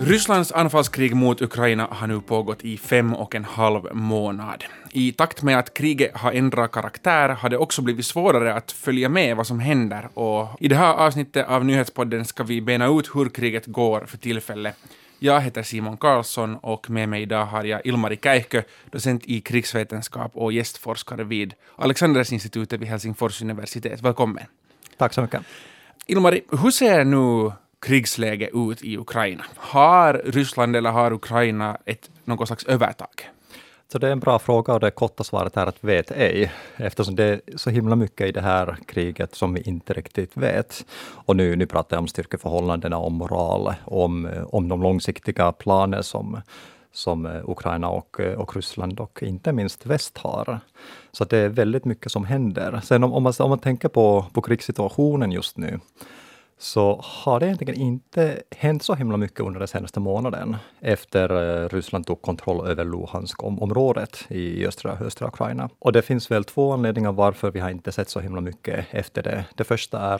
Rysslands anfallskrig mot Ukraina har nu pågått i 5,5 månad. I takt med att kriget har ändrat karaktär har det också blivit svårare att följa med vad som händer. Och i det här avsnittet av Nyhetspodden ska vi bena ut hur kriget går för tillfället. Jag heter Simon Karlsson och med mig idag har jag Ilmari Käihkö, docent i krigsvetenskap och gästforskare vid Alexandersinstitutet vid Helsingfors universitet. Välkommen. Tack så mycket. Ilmari, hur ser nu krigsläge ut i Ukraina? Har Ryssland eller har Ukraina något slags övertag? Så det är en bra fråga och det korta svaret är att vet ej, eftersom det är så himla mycket i det här kriget som vi inte riktigt vet. Och nu pratar jag om styrkeförhållandena, om moral, om de långsiktiga planer som Ukraina och Ryssland och inte minst väst har. Så det är väldigt mycket som händer. Sen om man tänker på krigssituationen just nu, så har det egentligen inte hänt så himla mycket under den senaste månaden efter Ryssland tog kontroll över Luhansk-området i östra Ukraina. Och det finns väl två anledningar varför vi har inte sett så himla mycket efter det. Det första är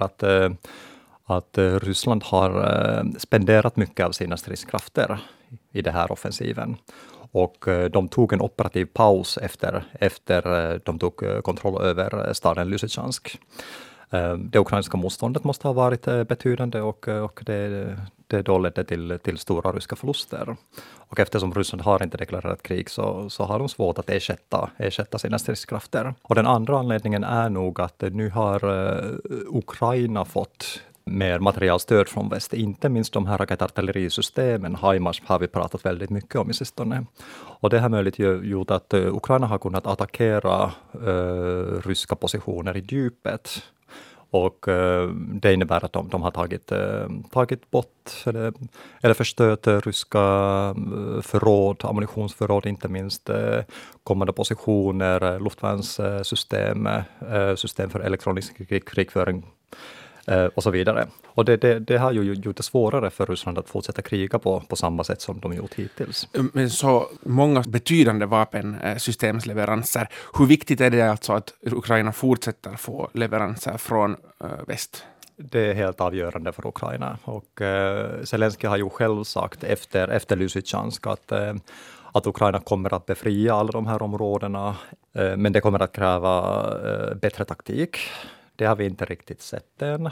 att Ryssland har spenderat mycket av sina stridskrafter i den här offensiven. Och de tog en operativ paus efter de tog kontroll över staden Lysychansk. Det ukrainska motståndet måste ha varit betydande och det då ledde till stora ryska förluster. Och eftersom Ryssland har inte deklarerat krig så har de svårt att ersätta sina stridskrafter. Och den andra anledningen är nog att nu har Ukraina fått mer materialstöd från väst. Inte minst de här raketartillerisystemen, HIMARS, har vi pratat väldigt mycket om i sistone. Och det har möjliggjort att Ukraina har kunnat attackera ryska positioner i djupet. Och det innebär att de har tagit bort eller förstört ryska förråd, ammunitionsförråd, inte minst kommande positioner, luftvärnssystem, system för elektronisk krigföring och så vidare. Och det har ju gjort det svårare för Ryssland att fortsätta kriga på samma sätt som de gjort hittills. Men så många betydande vapensystemsleveranser. Hur viktigt är det alltså att Ukraina fortsätter få leveranser från väst? Det är helt avgörande för Ukraina. Och Zelenskyj har ju själv sagt efter Lysychansk att Ukraina kommer att befria alla de här områdena. Men det kommer att kräva bättre taktik. Det har vi inte riktigt sett än.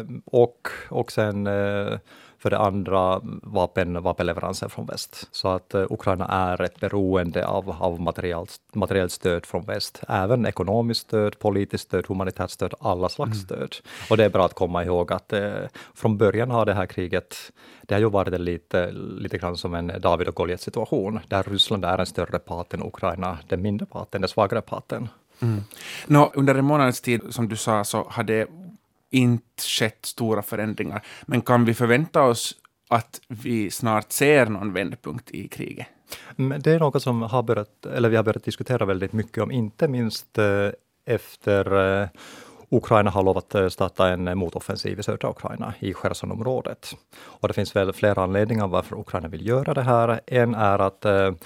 Och sen för det andra vapenleveranser från väst. Så att Ukraina är rätt beroende av materiellt stöd från väst. Även ekonomiskt stöd, politiskt stöd, humanitärt stöd, alla slags stöd. Och det är bra att komma ihåg att från början har det här kriget, det har ju varit lite grann som en David och Goliat situation. Där Ryssland är en större part än Ukraina, den mindre parten, den svagare parten. Under en månads tid, som du sa, så har det inte skett stora förändringar. Men kan vi förvänta oss att vi snart ser någon vändpunkt i kriget? Det är något som vi har börjat diskutera väldigt mycket om, inte minst efter Ukraina har lovat starta en motoffensiv i södra Ukraina, i Chersonområdet. Och det finns väl flera anledningar varför Ukraina vill göra det här. En är att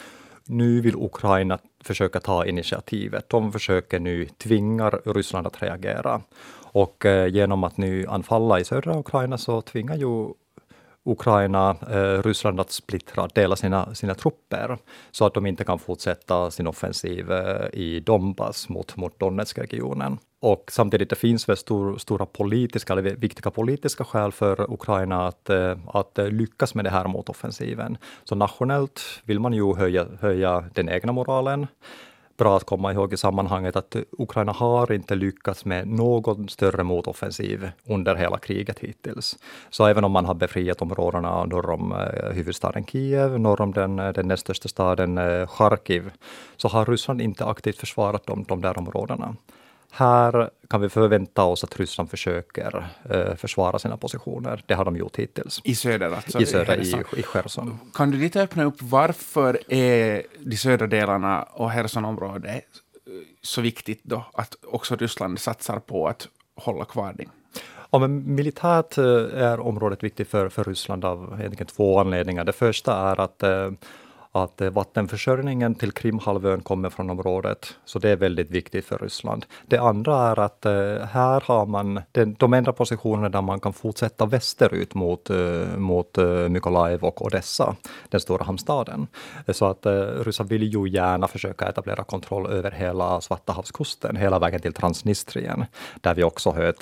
nu vill Ukraina försöka ta initiativet. De försöker nu tvinga Ryssland att reagera. Och genom att nu anfalla i södra Ukraina så tvingar ju Ukraina Ryssland att dela sina trupper så att de inte kan fortsätta sin offensiv i Donbass mot Donetsk-regionen. Och samtidigt det finns väl stora politiska eller viktiga politiska skäl för Ukraina att lyckas med det här motoffensiven. Så nationellt vill man ju höja den egna moralen. Bra att komma ihåg i sammanhanget att Ukraina har inte lyckats med någon större motoffensiv under hela kriget hittills. Så även om man har befriat områdena norr om huvudstaden Kiev, norr om den näst största staden Charkiv, så har Ryssland inte aktivt försvarat de där områdena. Här kan vi förvänta oss att Ryssland försöker försvara sina positioner. Det har de gjort hittills. I söder alltså? I Cherson. Kan du lite öppna upp varför är de södra delarna och Chersonområdet så viktigt då att också Ryssland satsar på att hålla kvar det? Ja, men militärt är området viktigt för Ryssland av egentligen två anledningar. Det första är att vattenförsörjningen till Krimhalvön kommer från området, så det är väldigt viktigt för Ryssland. Det andra är att här har man de enda positionerna där man kan fortsätta västerut mot Mykolaiv och Odessa, den stora hamnstaden. Så att Ryssland vill ju gärna försöka etablera kontroll över hela Svarta havskusten, hela vägen till Transnistrien, där vi också hört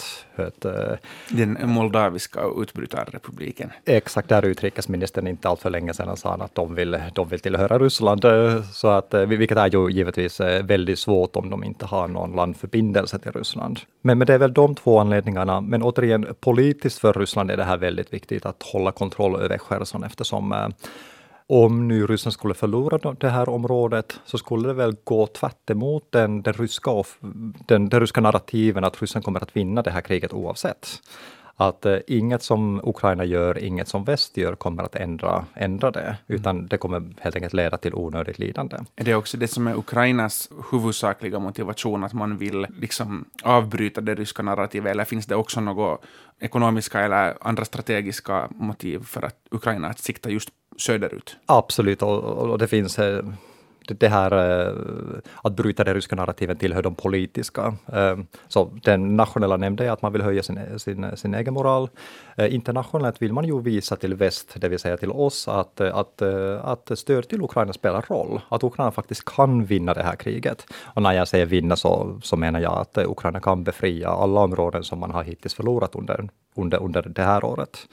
den moldaviska utbrytarrepubliken. Exakt, där utrikesministern inte allt för länge sedan sa att de vill tillhöra Ryssland, så att, vilket är ju givetvis väldigt svårt om de inte har någon landförbindelse till Ryssland. Men det är väl de två anledningarna, men återigen politiskt för Ryssland är det här väldigt viktigt att hålla kontroll över Cherson, eftersom om nu Ryssland skulle förlora det här området så skulle det väl gå tvärt emot den ryska narrativen att Ryssland kommer att vinna det här kriget oavsett. Att inget som Ukraina gör, inget som väst gör kommer att ändra det, utan det kommer helt enkelt leda till onödigt lidande. Är det också det som är Ukrainas huvudsakliga motivation, att man vill liksom avbryta det ryska narrativet, eller finns det också några ekonomiska eller andra strategiska motiv för att Ukraina att sikta just söderut? Absolut, och det finns det här att bryta det ryska narrativet tillhör de politiska. Så den nationella nämnde är att man vill höja sin egen moral. Internationellt vill man ju visa till väst, det vill säga till oss, att stöd till Ukraina spelar roll. Att Ukraina faktiskt kan vinna det här kriget. Och när jag säger vinna så menar jag att Ukraina kan befria alla områden som man har hittills förlorat under det här året.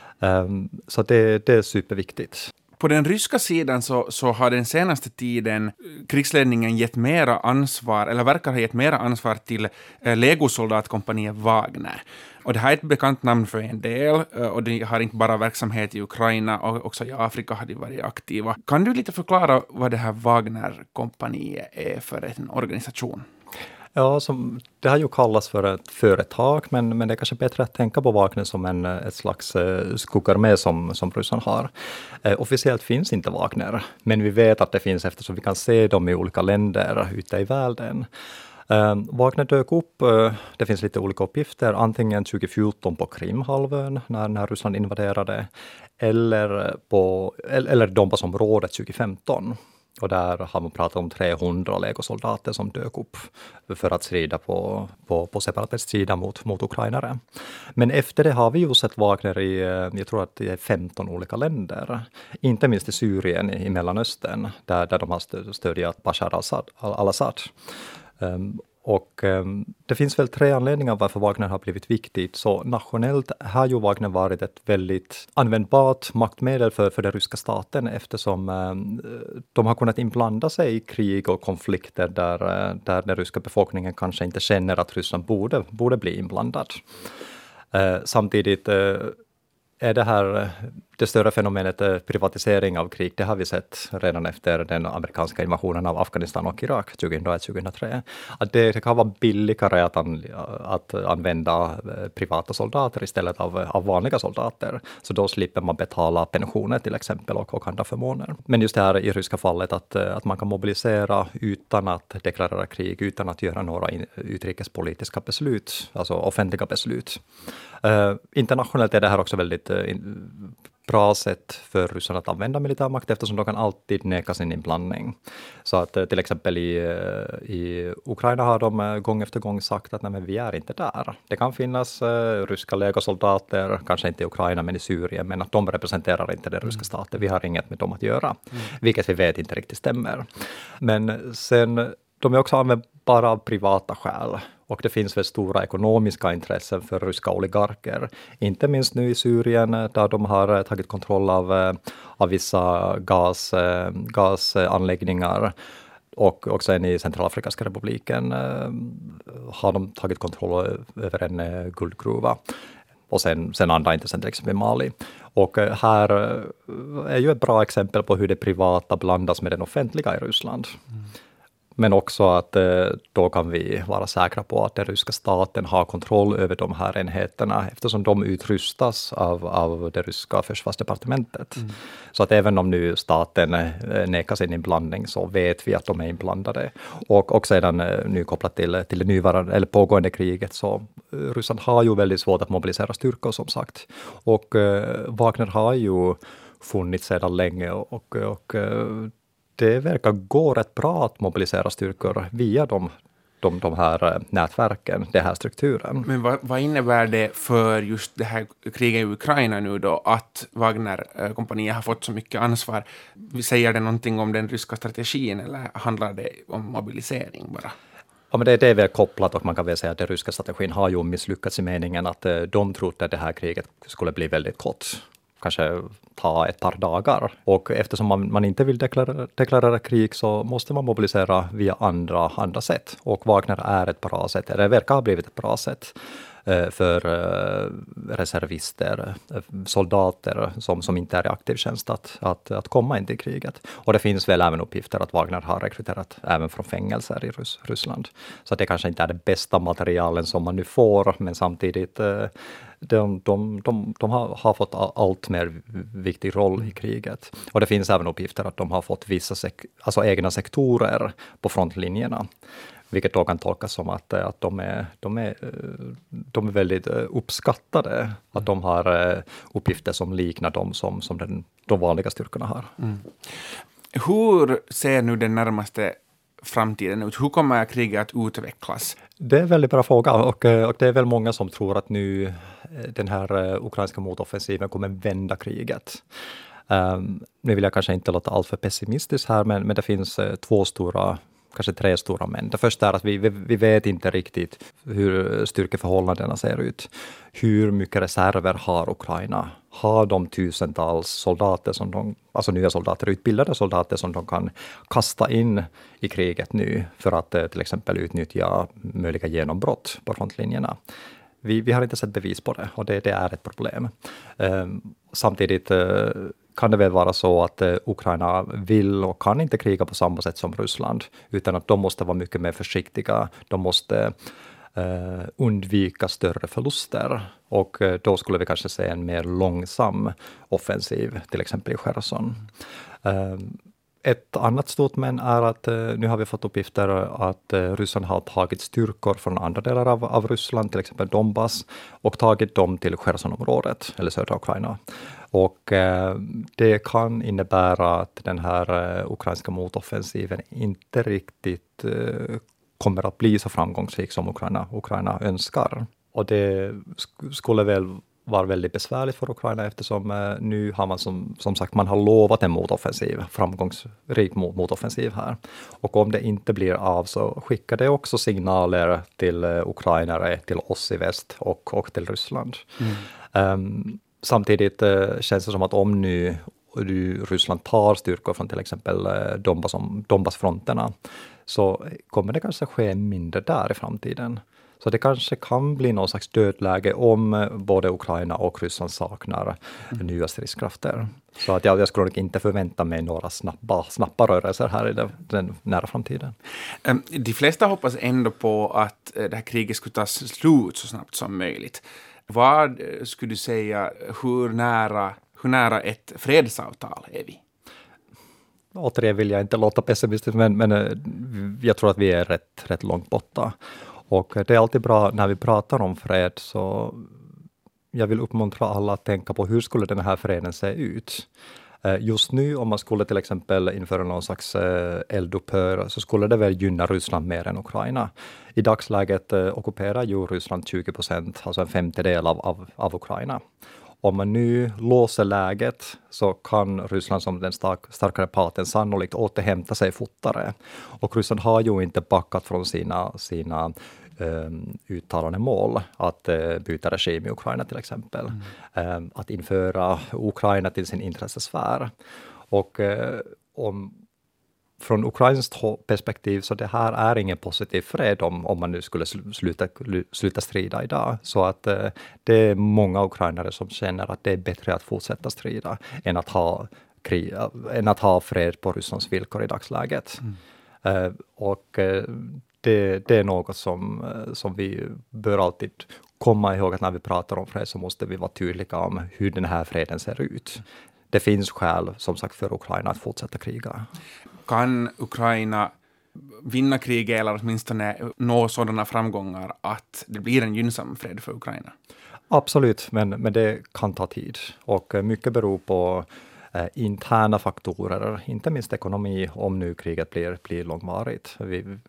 Så det är superviktigt. På den ryska sidan så har den senaste tiden krigsledningen gett mera ansvar, eller verkar ha gett mera ansvar till legosoldatkompaniet Wagner. Och det här är ett bekant namn för en del, och de har inte bara verksamhet i Ukraina, och också i Afrika har de varit aktiva. Kan du lite förklara vad det här Wagner-kompaniet är för en organisation? Ja, det har ju kallats för ett företag, men det är kanske bättre att tänka på Wagner som ett slags skuggarmé som Ryssland har. Officiellt finns inte Wagner, men vi vet att det finns eftersom vi kan se dem i olika länder ute i världen. Wagner dök upp, det finns lite olika uppgifter, antingen 2014 på Krimhalvön när Ryssland invaderade, eller Donbassområdet 2015. Och där har man pratat om 300 legosoldater som dök upp för att strida på separatist sida mot ukrainare. Men efter det har vi ju sett Wagner jag tror att det är 15 olika länder. Inte minst i Syrien, i Mellanöstern, där de har stödjat Bashar al-Assad. Och det finns väl 3 anledningar varför Wagner har blivit viktigt. Så nationellt har ju Wagner varit ett väldigt användbart maktmedel för den ryska staten, eftersom de har kunnat inblanda sig i krig och konflikter där den ryska befolkningen kanske inte känner att Ryssland borde bli inblandad. Samtidigt är det större fenomenet privatisering av krig, det har vi sett redan efter den amerikanska invasionen av Afghanistan och Irak 2001-2003. Att det kan vara billigare att använda privata soldater istället av vanliga soldater. Så då slipper man betala pensioner till exempel och andra förmåner. Men just det här i ryska fallet att man kan mobilisera utan att deklarera krig, utan att göra några utrikespolitiska beslut, alltså offentliga beslut. Internationellt är det här också väldigt bra sätt för Ryssland att använda militärmakt, eftersom de kan alltid neka sin inblandning. Så att till exempel i Ukraina har de gång efter gång sagt att nej, men vi är inte där. Det kan finnas ryska legosoldater, kanske inte i Ukraina men i Syrien, men att de representerar inte den ryska staten. Vi har inget med dem att göra, vilket vi vet inte riktigt stämmer. Men sen, de är också användbara av privata skäl. Och det finns väl stora ekonomiska intressen för ryska oligarker. Inte minst nu i Syrien där de har tagit kontroll av vissa gasanläggningar. Och sen i Centralafrikanska republiken har de tagit kontroll över en guldgruva. Och sen andra intressenter, till exempel Mali. Och här är ju ett bra exempel på hur det privata blandas med den offentliga i Ryssland. Men också att då kan vi vara säkra på att den ryska staten har kontroll över de här enheterna, eftersom de utrustas av det ryska försvarsdepartementet. Så att även om nu staten nekar sin inblandning så vet vi att de är inblandade. Och sedan nu kopplat till det nuvarande eller pågående kriget, så Ryssland har ju väldigt svårt att mobilisera styrkor som sagt. Och Wagner har ju funnits sedan länge och Det verkar gå rätt bra att mobilisera styrkor via de här nätverken, den här strukturen. Men vad innebär det för just det här kriget i Ukraina nu då, att Wagner-kompaniet har fått så mycket ansvar? Säger det någonting om den ryska strategin eller handlar det om mobilisering bara? Ja, men det är väl kopplat, och man kan väl säga att den ryska strategin har ju misslyckats i meningen att de trodde att det här kriget skulle bli väldigt kort. Kanske ta ett par dagar. Och eftersom man inte vill deklarera krig så måste man mobilisera via andra sätt. Och Wagner är ett bra sätt, eller det verkar ha blivit ett bra sätt för reservister, soldater som inte är i aktiv tjänst att komma in till kriget. Och det finns väl även uppgifter att Wagner har rekryterat även från fängelser i Ryssland. Så det kanske inte är det bästa materialen som man nu får, men samtidigt de har fått allt mer viktig roll i kriget. Och det finns även uppgifter att de har fått vissa egna sektorer på frontlinjerna. Vilket då kan tolkas som att de är väldigt uppskattade. Att de har uppgifter som liknar de vanliga styrkorna har. Mm. Hur ser nu den närmaste framtiden ut? Hur kommer kriget att utvecklas? Det är en väldigt bra fråga, och det är väl många som tror att nu den här ukrainska motoffensiven kommer vända kriget. Nu vill jag kanske inte låta allt för pessimistisk här, men det finns kanske tre stora men. Det första är att vi vet inte riktigt hur styrkeförhållandena ser ut. Hur mycket reserver har Ukraina? Har de tusentals soldater alltså nya soldater, utbildade soldater som de kan kasta in i kriget nu för att till exempel utnyttja möjliga genombrott på frontlinjerna? Vi har inte sett bevis på det, och det är ett problem. Samtidigt kan det väl vara så att Ukraina vill och kan inte kriga på samma sätt som Ryssland, utan att de måste vara mycket mer försiktiga. De måste undvika större förluster, och då skulle vi kanske se en mer långsam offensiv, till exempel i Cherson. Ett annat stort men är att nu har vi fått uppgifter att Ryssland har tagit styrkor från andra delar av Ryssland, till exempel Donbass, och tagit dem till Chersonområdet, eller södra Ukraina. Och det kan innebära att den här ukrainska motoffensiven inte riktigt kommer att bli så framgångsrik som Ukraina önskar. Och det skulle väl vara väldigt besvärligt för Ukraina, eftersom nu har man som sagt, man har lovat en framgångsrik motoffensiv här. Och om det inte blir av så skickar det också signaler till ukrainare, till oss i väst och till Ryssland. Samtidigt känns det som att om nu Ryssland tar styrkor från till exempel Donbassfronterna, så kommer det kanske ske mindre där i framtiden. Så det kanske kan bli någon slags dödläge om både Ukraina och Ryssland saknar nya stridskrafter. Så att jag skulle nog inte förvänta mig några snabba rörelser här i den nära framtiden. De flesta hoppas ändå på att det här kriget skulle ta slut så snabbt som möjligt. Vad skulle du säga, hur nära ett fredsavtal är vi? Återigen vill jag inte låta pessimistisk, men jag tror att vi är rätt långt borta. Och det är alltid bra när vi pratar om fred, så jag vill uppmuntra alla att tänka på hur skulle den här freden se ut. Just nu, om man skulle till exempel införa någon slags eldupphör, så skulle det väl gynna Ryssland mer än Ukraina. I dagsläget ockuperar ju Ryssland 20%, alltså en femtedel av Ukraina. Om man nu låser läget så kan Ryssland som den starkare parten sannolikt återhämta sig fortare. Och Ryssland har ju inte backat från sina uttalade mål att byta regim i Ukraina till exempel. Att införa Ukraina till sin intressesfär. Och från ukrainskt perspektiv så det här är ingen positiv fred om man nu skulle sluta strida idag. Så att det är många ukrainare som känner att det är bättre att fortsätta strida än att ha fred på Rysslands villkor i dagsläget. Och det är något som vi bör alltid komma ihåg, att när vi pratar om fred så måste vi vara tydliga om hur den här freden ser ut. Det finns skäl, som sagt, för Ukraina att fortsätta kriga. Kan Ukraina vinna kriget eller åtminstone nå sådana framgångar att det blir en gynnsam fred för Ukraina? Absolut, men det kan ta tid. Och mycket beror på interna faktorer, inte minst ekonomi, om nu kriget blir långvarigt.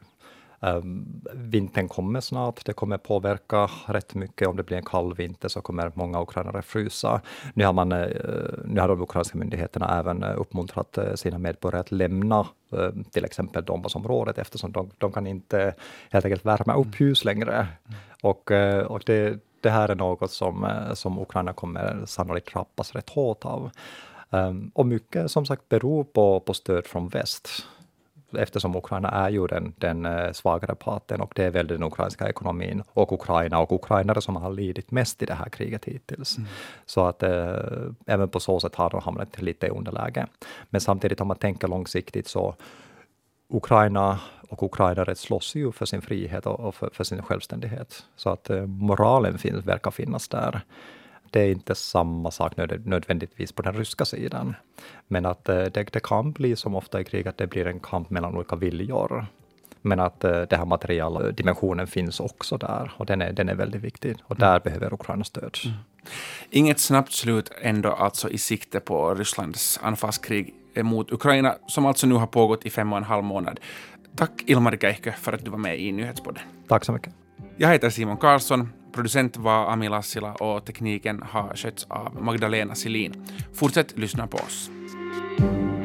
Vintern kommer snart, det kommer påverka rätt mycket. Om det blir en kall vinter så kommer många ukrainare frysa. Nu har de ukrainska myndigheterna även uppmuntrat sina medborgare att lämna till exempel Donbassområdet, eftersom de kan inte helt enkelt värma upp hus längre. Och det här är något som Ukraina kommer sannolikt trappas rätt hårt av. Och mycket som sagt beror på stöd från väst. Eftersom Ukraina är ju den svagare parten, och det är väl den ukrainska ekonomin och Ukraina och ukrainare som har lidit mest i det här kriget hittills. Så att även på så sätt har de hamnat lite i underläge. Men samtidigt, om man tänker långsiktigt, så Ukraina och ukrainare slåss ju för sin frihet och för sin självständighet. Så att moralen verkar finnas där. Det är inte samma sak nödvändigtvis på den ryska sidan. Men att det kan bli som ofta i krig, att det blir en kamp mellan olika viljor. Men att det här materialdimensionen finns också där, och den är väldigt viktig. Och där behöver Ukraina stöd. Inget snabbt slut ändå alltså i sikte på Rysslands anfallskrig mot Ukraina, som alltså nu har pågått i 5,5 månader. Tack Ilmari Käihkö för att du var med i Nyhetspodden. Tack så mycket. Jag heter Simon Karlsson. Producent var Ami Lassila och tekniken har skötts av Magdalena Selin. Fortsätt lyssna på oss.